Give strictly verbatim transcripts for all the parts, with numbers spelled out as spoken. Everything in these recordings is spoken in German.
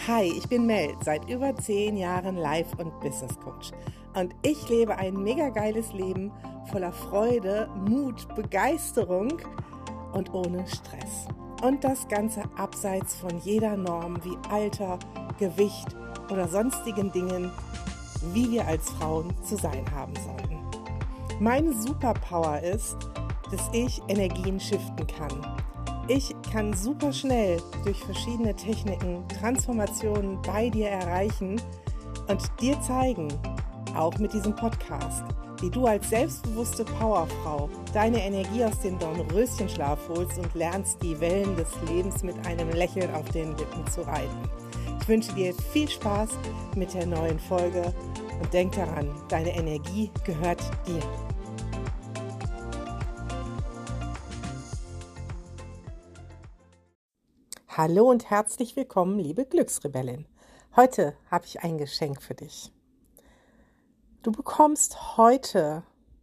Hi, ich bin Mel, seit über zehn Jahren Life- und Business Coach. Und ich lebe ein mega geiles Leben voller Freude, Mut, Begeisterung und ohne Stress. Und das Ganze abseits von jeder Norm wie Alter, Gewicht oder sonstigen Dingen, wie wir als Frauen zu sein haben sollten. Meine Superpower ist, dass ich Energien shiften kann. Ich kann super schnell durch verschiedene Techniken Transformationen bei dir erreichen und dir zeigen, auch mit diesem Podcast, wie du als selbstbewusste Powerfrau deine Energie aus dem Dornröschenschlaf holst und lernst, die Wellen des Lebens mit einem Lächeln auf den Lippen zu reiten. Ich wünsche dir viel Spaß mit der neuen Folge und denk daran, deine Energie gehört dir. Hallo und herzlich willkommen, liebe Glücksrebellin. Heute habe ich ein Geschenk für dich. Du bekommst heute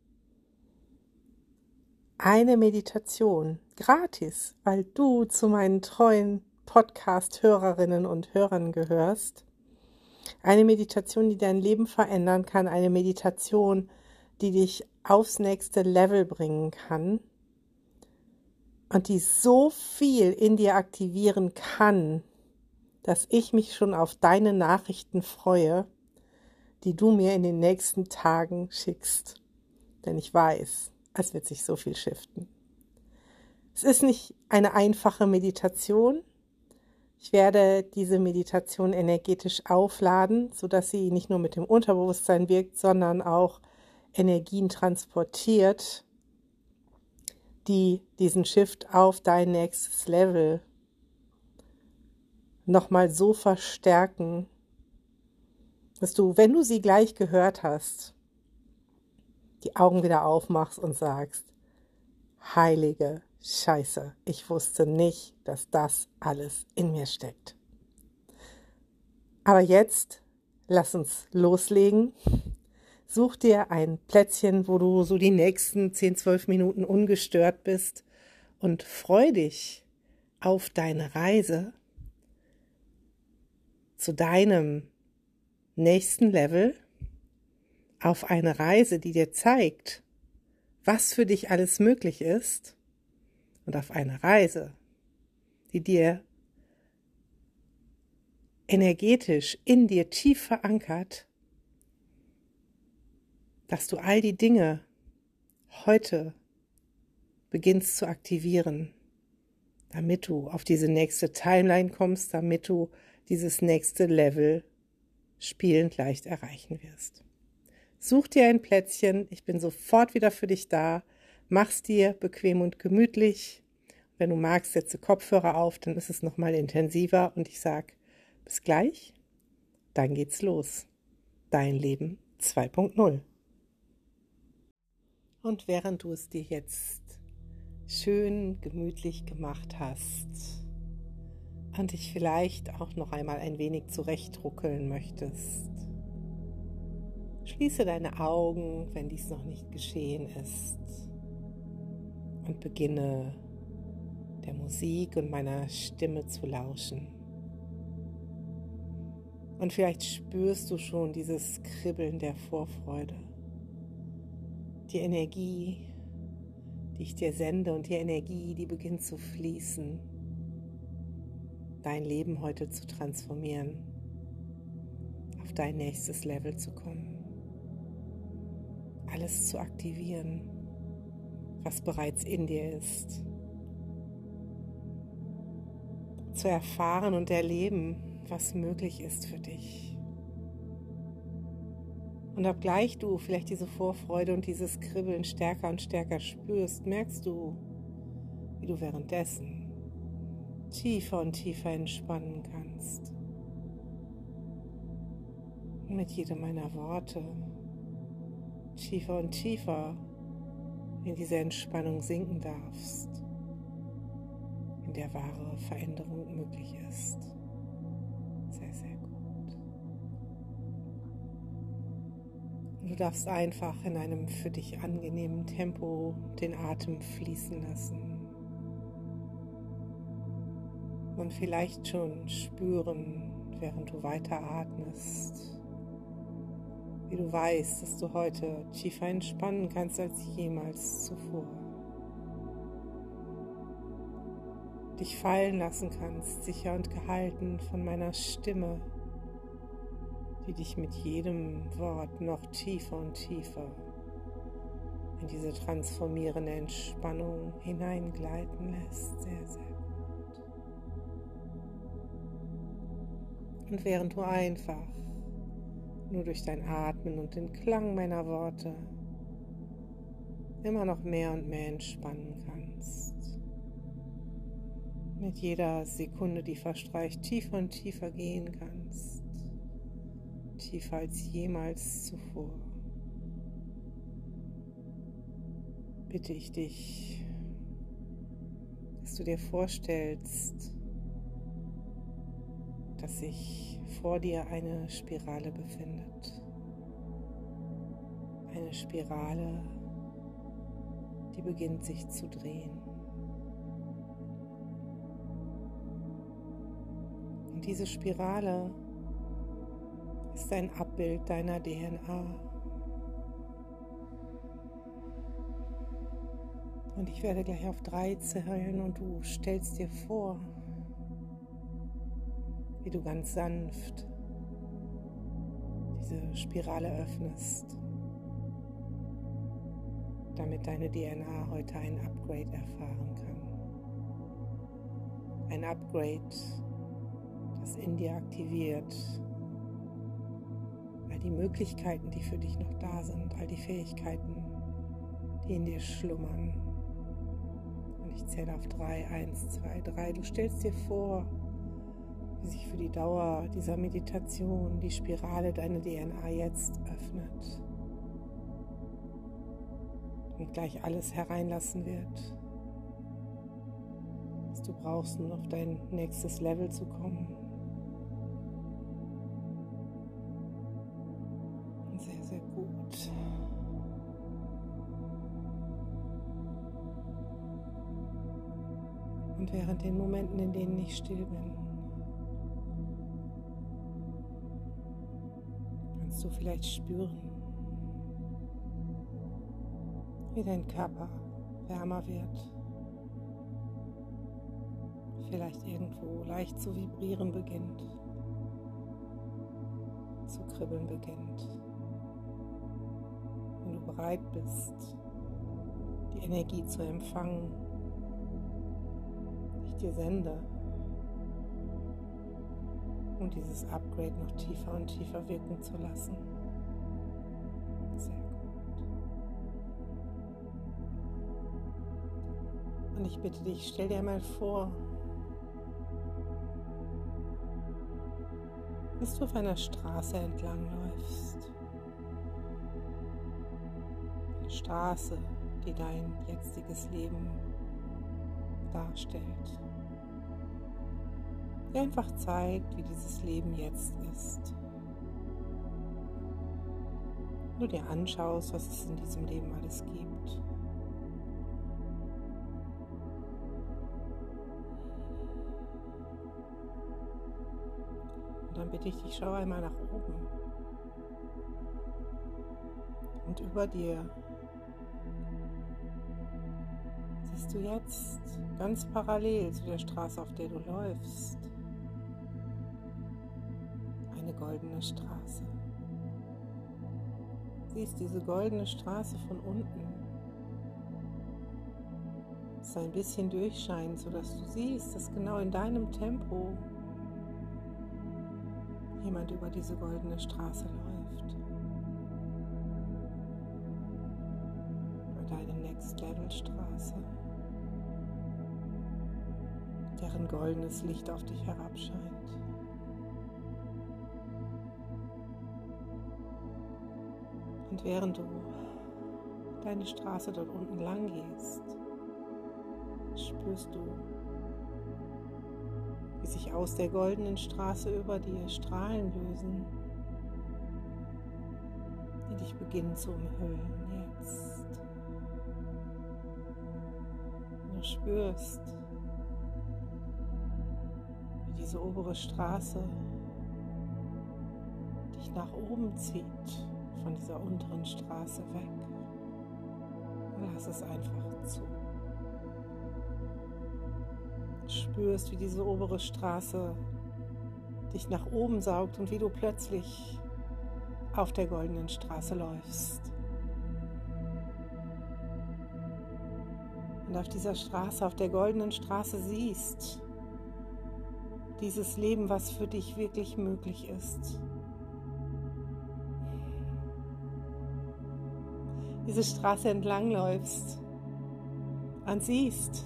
eine Meditation gratis, weil du zu meinen treuen Podcast-Hörerinnen und Hörern gehörst. Eine Meditation, die dein Leben verändern kann, eine Meditation, die dich aufs nächste Level bringen kann. Und die so viel in dir aktivieren kann, dass ich mich schon auf deine Nachrichten freue, die du mir in den nächsten Tagen schickst. Denn ich weiß, es wird sich so viel shiften. Es ist nicht eine einfache Meditation. Ich werde diese Meditation energetisch aufladen, sodass sie nicht nur mit dem Unterbewusstsein wirkt, sondern auch Energien transportiert, die diesen Shift auf dein nächstes Level nochmal so verstärken, dass du, wenn du sie gleich gehört hast, die Augen wieder aufmachst und sagst, heilige Scheiße, ich wusste nicht, dass das alles in mir steckt. Aber jetzt, lass uns loslegen. Such dir ein Plätzchen, wo du so die nächsten zehn, zwölf Minuten ungestört bist und freu dich auf deine Reise zu deinem nächsten Level, auf eine Reise, die dir zeigt, was für dich alles möglich ist und auf eine Reise, die dir energetisch in dir tief verankert, dass du all die Dinge heute beginnst zu aktivieren, damit du auf diese nächste Timeline kommst, damit du dieses nächste Level spielend leicht erreichen wirst. Such dir ein Plätzchen, ich bin sofort wieder für dich da, mach's dir bequem und gemütlich. Wenn du magst, setze Kopfhörer auf, dann ist es nochmal intensiver und ich sag, bis gleich, dann geht's los. Dein Leben zwei Punkt null. Und während du es dir jetzt schön gemütlich gemacht hast und dich vielleicht auch noch einmal ein wenig zurechtruckeln möchtest, schließe deine Augen, wenn dies noch nicht geschehen ist, und beginne der Musik und meiner Stimme zu lauschen. Und vielleicht spürst du schon dieses Kribbeln der Vorfreude, die Energie, die ich dir sende und die Energie, die beginnt zu fließen, dein Leben heute zu transformieren, auf dein nächstes Level zu kommen, alles zu aktivieren, was bereits in dir ist, zu erfahren und erleben, was möglich ist für dich. Und obgleich du vielleicht diese Vorfreude und dieses Kribbeln stärker und stärker spürst, merkst du, wie du währenddessen tiefer und tiefer entspannen kannst. Und mit jedem meiner Worte tiefer und tiefer in diese Entspannung sinken darfst, in der wahre Veränderung möglich ist. Sehr, sehr gut. Und du darfst einfach in einem für dich angenehmen Tempo den Atem fließen lassen. und vielleicht schon spüren, während du weiter atmest, wie du weißt, dass du heute tiefer entspannen kannst als jemals zuvor. Dich fallen lassen kannst, sicher und gehalten von meiner Stimme, die dich mit jedem Wort noch tiefer und tiefer in diese transformierende Entspannung hineingleiten lässt. Sehr, sehr gut. Und während du einfach nur durch dein Atmen und den Klang meiner Worte immer noch mehr und mehr entspannen kannst, mit jeder Sekunde, die verstreicht, tiefer und tiefer gehen kannst, tiefer als jemals zuvor, bitte ich dich, dass du dir vorstellst, dass sich vor dir eine Spirale befindet. Eine Spirale, die beginnt sich zu drehen. Und diese Spirale ist ein Abbild deiner D N A. Und ich werde gleich auf drei zählen und du stellst dir vor, wie du ganz sanft diese Spirale öffnest, damit deine D N A heute ein Upgrade erfahren kann. Ein Upgrade, das in dir aktiviert all die Möglichkeiten, die für dich noch da sind, all die Fähigkeiten, die in dir schlummern. Und ich zähle auf drei, eins, zwei, drei. Du stellst dir vor, wie sich für die Dauer dieser Meditation die Spirale deiner D N A jetzt öffnet und gleich alles hereinlassen wird, was du brauchst, um auf dein nächstes Level zu kommen. Sehr, sehr gut. Und während den Momenten, in denen ich still bin, kannst du vielleicht spüren, wie dein Körper wärmer wird, vielleicht irgendwo leicht zu vibrieren beginnt, zu kribbeln beginnt. Wenn du bereit bist, die Energie zu empfangen, die ich dir sende, um dieses Upgrade noch tiefer und tiefer wirken zu lassen. Sehr gut. Und ich bitte dich, stell dir mal vor, dass du auf einer Straße entlang läufst. Eine Straße, die dein jetziges Leben darstellt. Die einfach zeigt, wie dieses Leben jetzt ist. Du dir anschaust, was es in diesem Leben alles gibt. Und dann bitte ich dich, schau einmal nach oben. Und über dir siehst du jetzt ganz parallel zu der Straße, auf der du läufst, eine goldene Straße. Siehst diese goldene Straße von unten. Es ein bisschen durchscheint, sodass du siehst, dass genau in deinem Tempo jemand über diese goldene Straße läuft. Über deine Next Level Straße, deren goldenes Licht auf dich herabscheint. Und während du deine Straße dort unten lang gehst, spürst du, wie sich aus der goldenen Straße über dir Strahlen lösen, die dich beginnen zu umhüllen jetzt. Du spürst, diese obere Straße dich nach oben zieht, von dieser unteren Straße weg. Lass es einfach zu. Spürst, wie diese obere Straße dich nach oben saugt und wie du plötzlich auf der goldenen Straße läufst. Und auf dieser Straße, auf der goldenen Straße siehst, dieses Leben, was für dich wirklich möglich ist. Diese Straße entlangläufst und siehst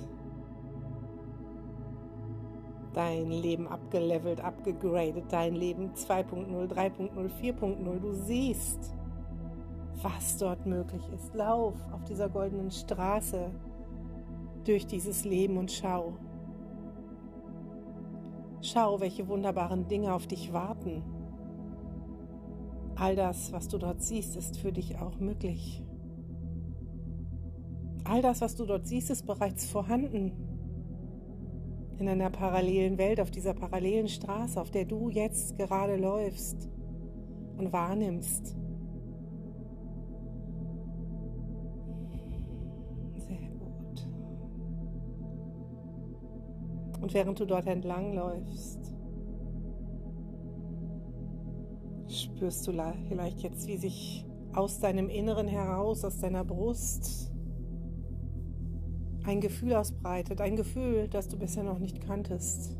dein Leben abgelevelt, abgegradet, dein Leben zwei Punkt null, drei Punkt null, vier Punkt null. Du siehst, was dort möglich ist. Lauf auf dieser goldenen Straße durch dieses Leben und schau. Schau, welche wunderbaren Dinge auf dich warten. All das, was du dort siehst, ist für dich auch möglich. All das, was du dort siehst, ist bereits vorhanden. In einer parallelen Welt, auf dieser parallelen Straße, auf der du jetzt gerade läufst und wahrnimmst. Sehr gut. Und während du dort entlang läufst, spürst du vielleicht jetzt, wie sich aus deinem Inneren heraus, aus deiner Brust, ein Gefühl ausbreitet, ein Gefühl, das du bisher noch nicht kanntest.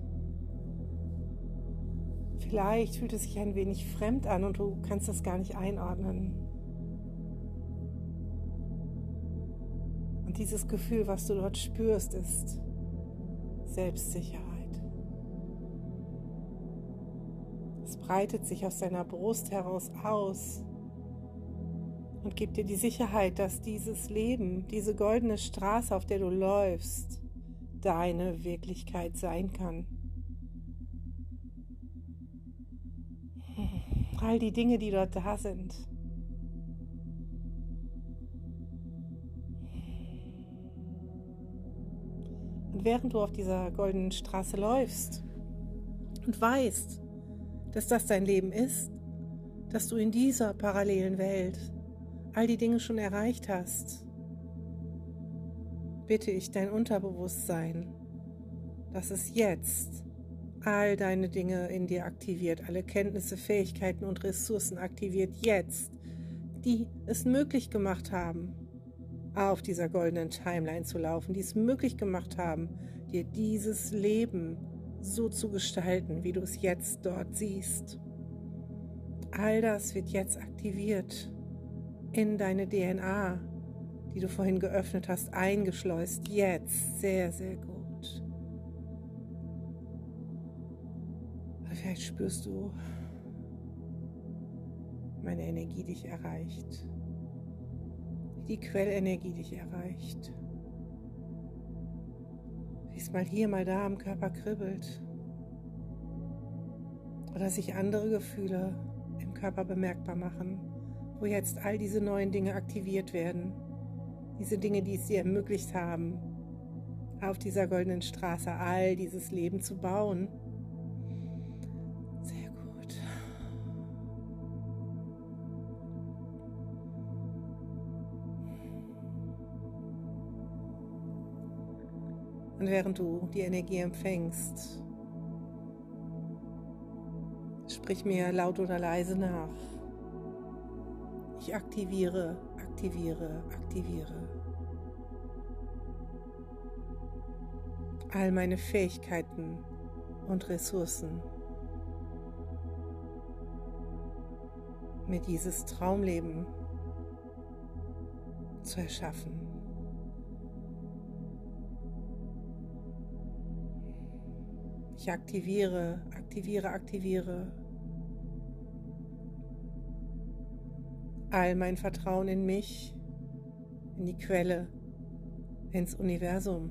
Vielleicht fühlt es sich ein wenig fremd an und du kannst das gar nicht einordnen. Und dieses Gefühl, was du dort spürst, ist Selbstsicherheit. Es breitet sich aus deiner Brust heraus aus und gibt dir die Sicherheit, dass dieses Leben, diese goldene Straße, auf der du läufst, deine Wirklichkeit sein kann. All die Dinge, die dort da sind. Und während du auf dieser goldenen Straße läufst und weißt, dass das dein Leben ist, dass du in dieser parallelen Welt all die Dinge schon erreicht hast, bitte ich dein Unterbewusstsein, dass es jetzt all deine Dinge in dir aktiviert, alle Kenntnisse, Fähigkeiten und Ressourcen aktiviert jetzt, die es möglich gemacht haben, auf dieser goldenen Timeline zu laufen, die es möglich gemacht haben, dir dieses Leben so zu gestalten, wie du es jetzt dort siehst. All das wird jetzt aktiviert in deine D N A, die du vorhin geöffnet hast, eingeschleust. Jetzt sehr, sehr gut. Vielleicht spürst du, wie meine Energie dich erreicht, wie die Quellenergie dich erreicht, wie es mal hier, mal da am Körper kribbelt oder sich andere Gefühle im Körper bemerkbar machen, wo jetzt all diese neuen Dinge aktiviert werden. Diese Dinge, die es dir ermöglicht haben, auf dieser goldenen Straße all dieses Leben zu bauen. Sehr gut. Und während du die Energie empfängst, sprich mir laut oder leise nach. Ich aktiviere, aktiviere, aktiviere all meine Fähigkeiten und Ressourcen, mir dieses Traumleben zu erschaffen. Ich aktiviere, aktiviere, aktiviere all mein Vertrauen in mich, in die Quelle, ins Universum.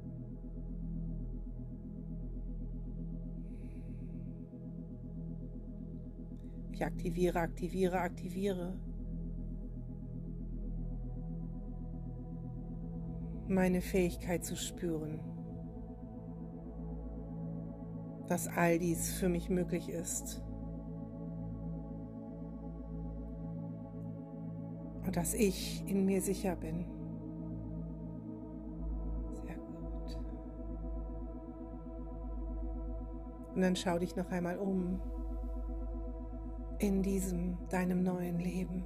Ich aktiviere, aktiviere, aktiviere meine Fähigkeit zu spüren. dass all dies für mich möglich ist. Und dass ich in mir sicher bin. Sehr gut. Und dann schau dich noch einmal um in diesem, deinem neuen Leben,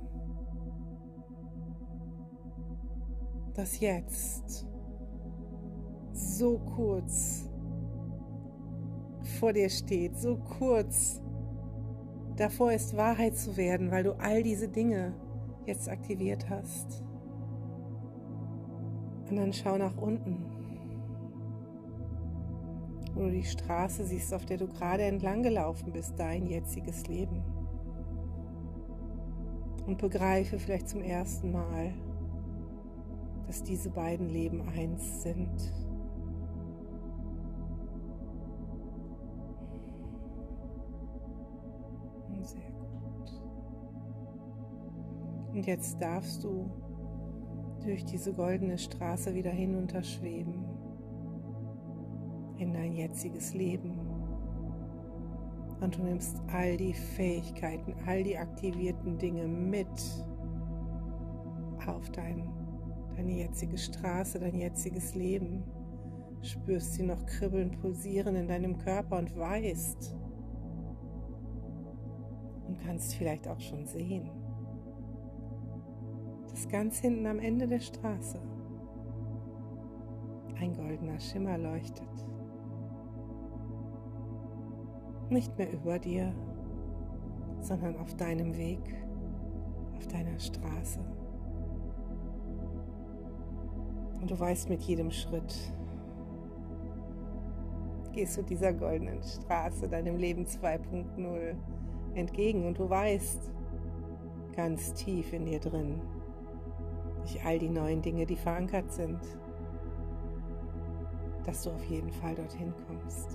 das jetzt so kurz vor dir steht, so kurz davor ist, Wahrheit zu werden, weil du all diese Dinge jetzt aktiviert hast. Und dann schau nach unten, wo du die Straße siehst, auf der du gerade entlang gelaufen bist, dein jetziges Leben. Und begreife vielleicht zum ersten Mal, dass diese beiden Leben eins sind. Sehr gut. Und jetzt darfst du durch diese goldene Straße wieder hinunterschweben in dein jetziges Leben. Und du nimmst all die Fähigkeiten, all die aktivierten Dinge mit auf dein, deine jetzige Straße, dein jetziges Leben. Spürst sie noch kribbeln, pulsieren in deinem Körper und weißt und kannst vielleicht auch schon sehen, dass ganz hinten am Ende der Straße ein goldener Schimmer leuchtet. Nicht mehr über dir, sondern auf deinem Weg, auf deiner Straße. Und du weißt, mit jedem Schritt gehst du dieser goldenen Straße, deinem Leben zwei Punkt null entgegen. Und du weißt ganz tief in dir drin, durch all die neuen Dinge, die verankert sind, dass du auf jeden Fall dorthin kommst.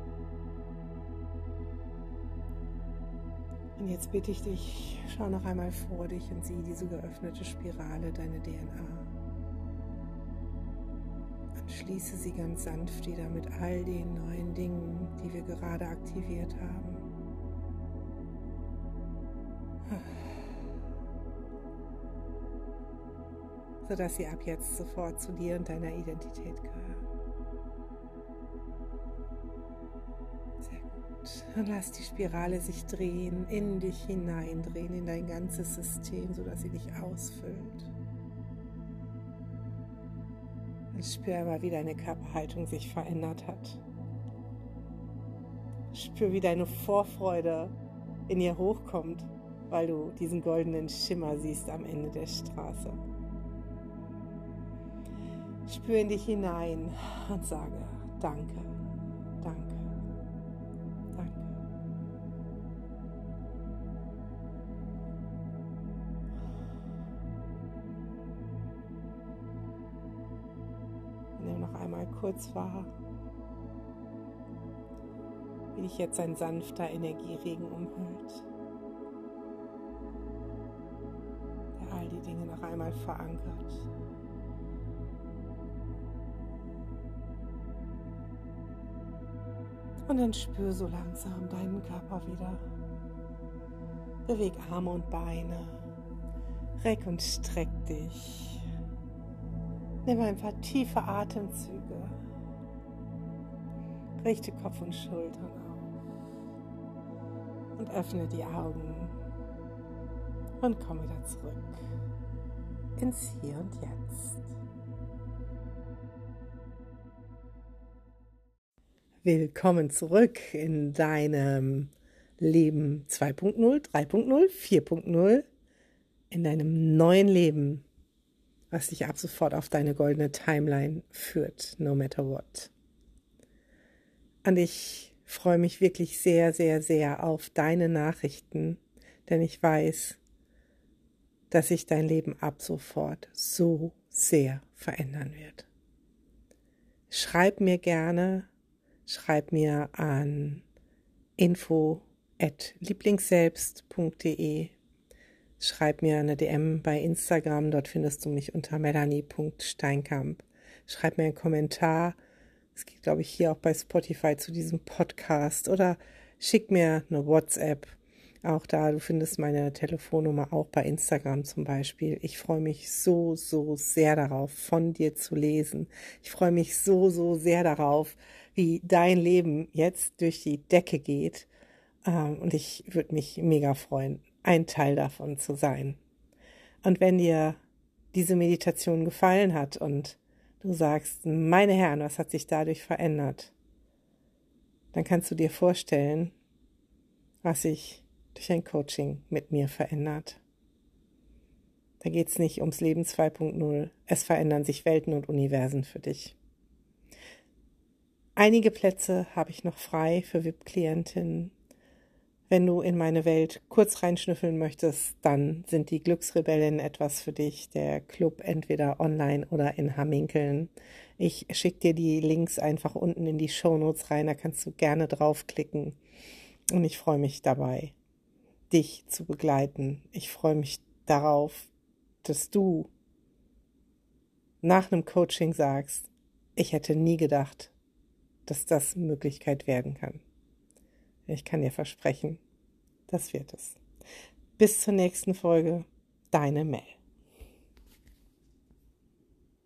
Und jetzt bitte ich dich, schau noch einmal vor dich und sieh diese geöffnete Spirale, deine D N A. Und schließe sie ganz sanft wieder mit all den neuen Dingen, die wir gerade aktiviert haben. Sodass sie ab jetzt sofort zu dir und deiner Identität gehören. Und lass die Spirale sich drehen, in dich hineindrehen, in dein ganzes System, sodass sie dich ausfüllt. Und spür mal, wie deine Körperhaltung sich verändert hat. Spür, wie deine Vorfreude in ihr hochkommt, weil du diesen goldenen Schimmer siehst am Ende der Straße. Spür in dich hinein und sage Danke, danke. Einmal kurz wahr, wie dich jetzt ein sanfter Energieregen umhüllt, der all die Dinge noch einmal verankert. Und dann spür so langsam deinen Körper wieder. Beweg Arme und Beine, reck und streck dich. Nimm ein paar tiefe Atemzüge. Richte Kopf und Schultern auf. Und öffne die Augen. Und komm wieder zurück ins Hier und Jetzt. Willkommen zurück in deinem Leben zwei Punkt null, drei Punkt null, vier Punkt null. In deinem neuen Leben, was dich ab sofort auf deine goldene Timeline führt, no matter what. Und ich freue mich wirklich sehr, sehr, sehr auf deine Nachrichten, denn ich weiß, dass sich dein Leben ab sofort so sehr verändern wird. Schreib mir gerne, schreib mir an info at lieblingsselbst punkt de. Schreib mir eine D M bei Instagram, dort findest du mich unter melanie punkt steinkamp. Schreib mir einen Kommentar Es geht, glaube ich, hier auch bei Spotify zu diesem Podcast oder schick mir eine WhatsApp. Auch da, du findest meine Telefonnummer auch bei Instagram zum Beispiel. Ich freue mich so, so sehr darauf, von dir zu lesen. Ich freue mich so, so sehr darauf, wie dein Leben jetzt durch die Decke geht. Und ich würde mich mega freuen, ein Teil davon zu sein. Und wenn dir diese Meditation gefallen hat und du sagst, meine Herren, was hat sich dadurch verändert, dann kannst du dir vorstellen, was sich durch ein Coaching mit mir verändert. Da geht es nicht ums Leben zwei Punkt null. Es verändern sich Welten und Universen für dich. Einige Plätze habe ich noch frei für V I P-Klientinnen. Wenn du in meine Welt kurz reinschnüffeln möchtest, dann sind die Glücksrebellen etwas für dich. Der Club entweder online oder in Hamminkeln. Ich schicke dir die Links einfach unten in die Shownotes rein, da kannst du gerne draufklicken. Und ich freue mich dabei, dich zu begleiten. Ich freue mich darauf, dass du nach einem Coaching sagst, ich hätte nie gedacht, dass das Möglichkeit werden kann. Ich kann dir versprechen, das wird es. Bis zur nächsten Folge, deine Mel.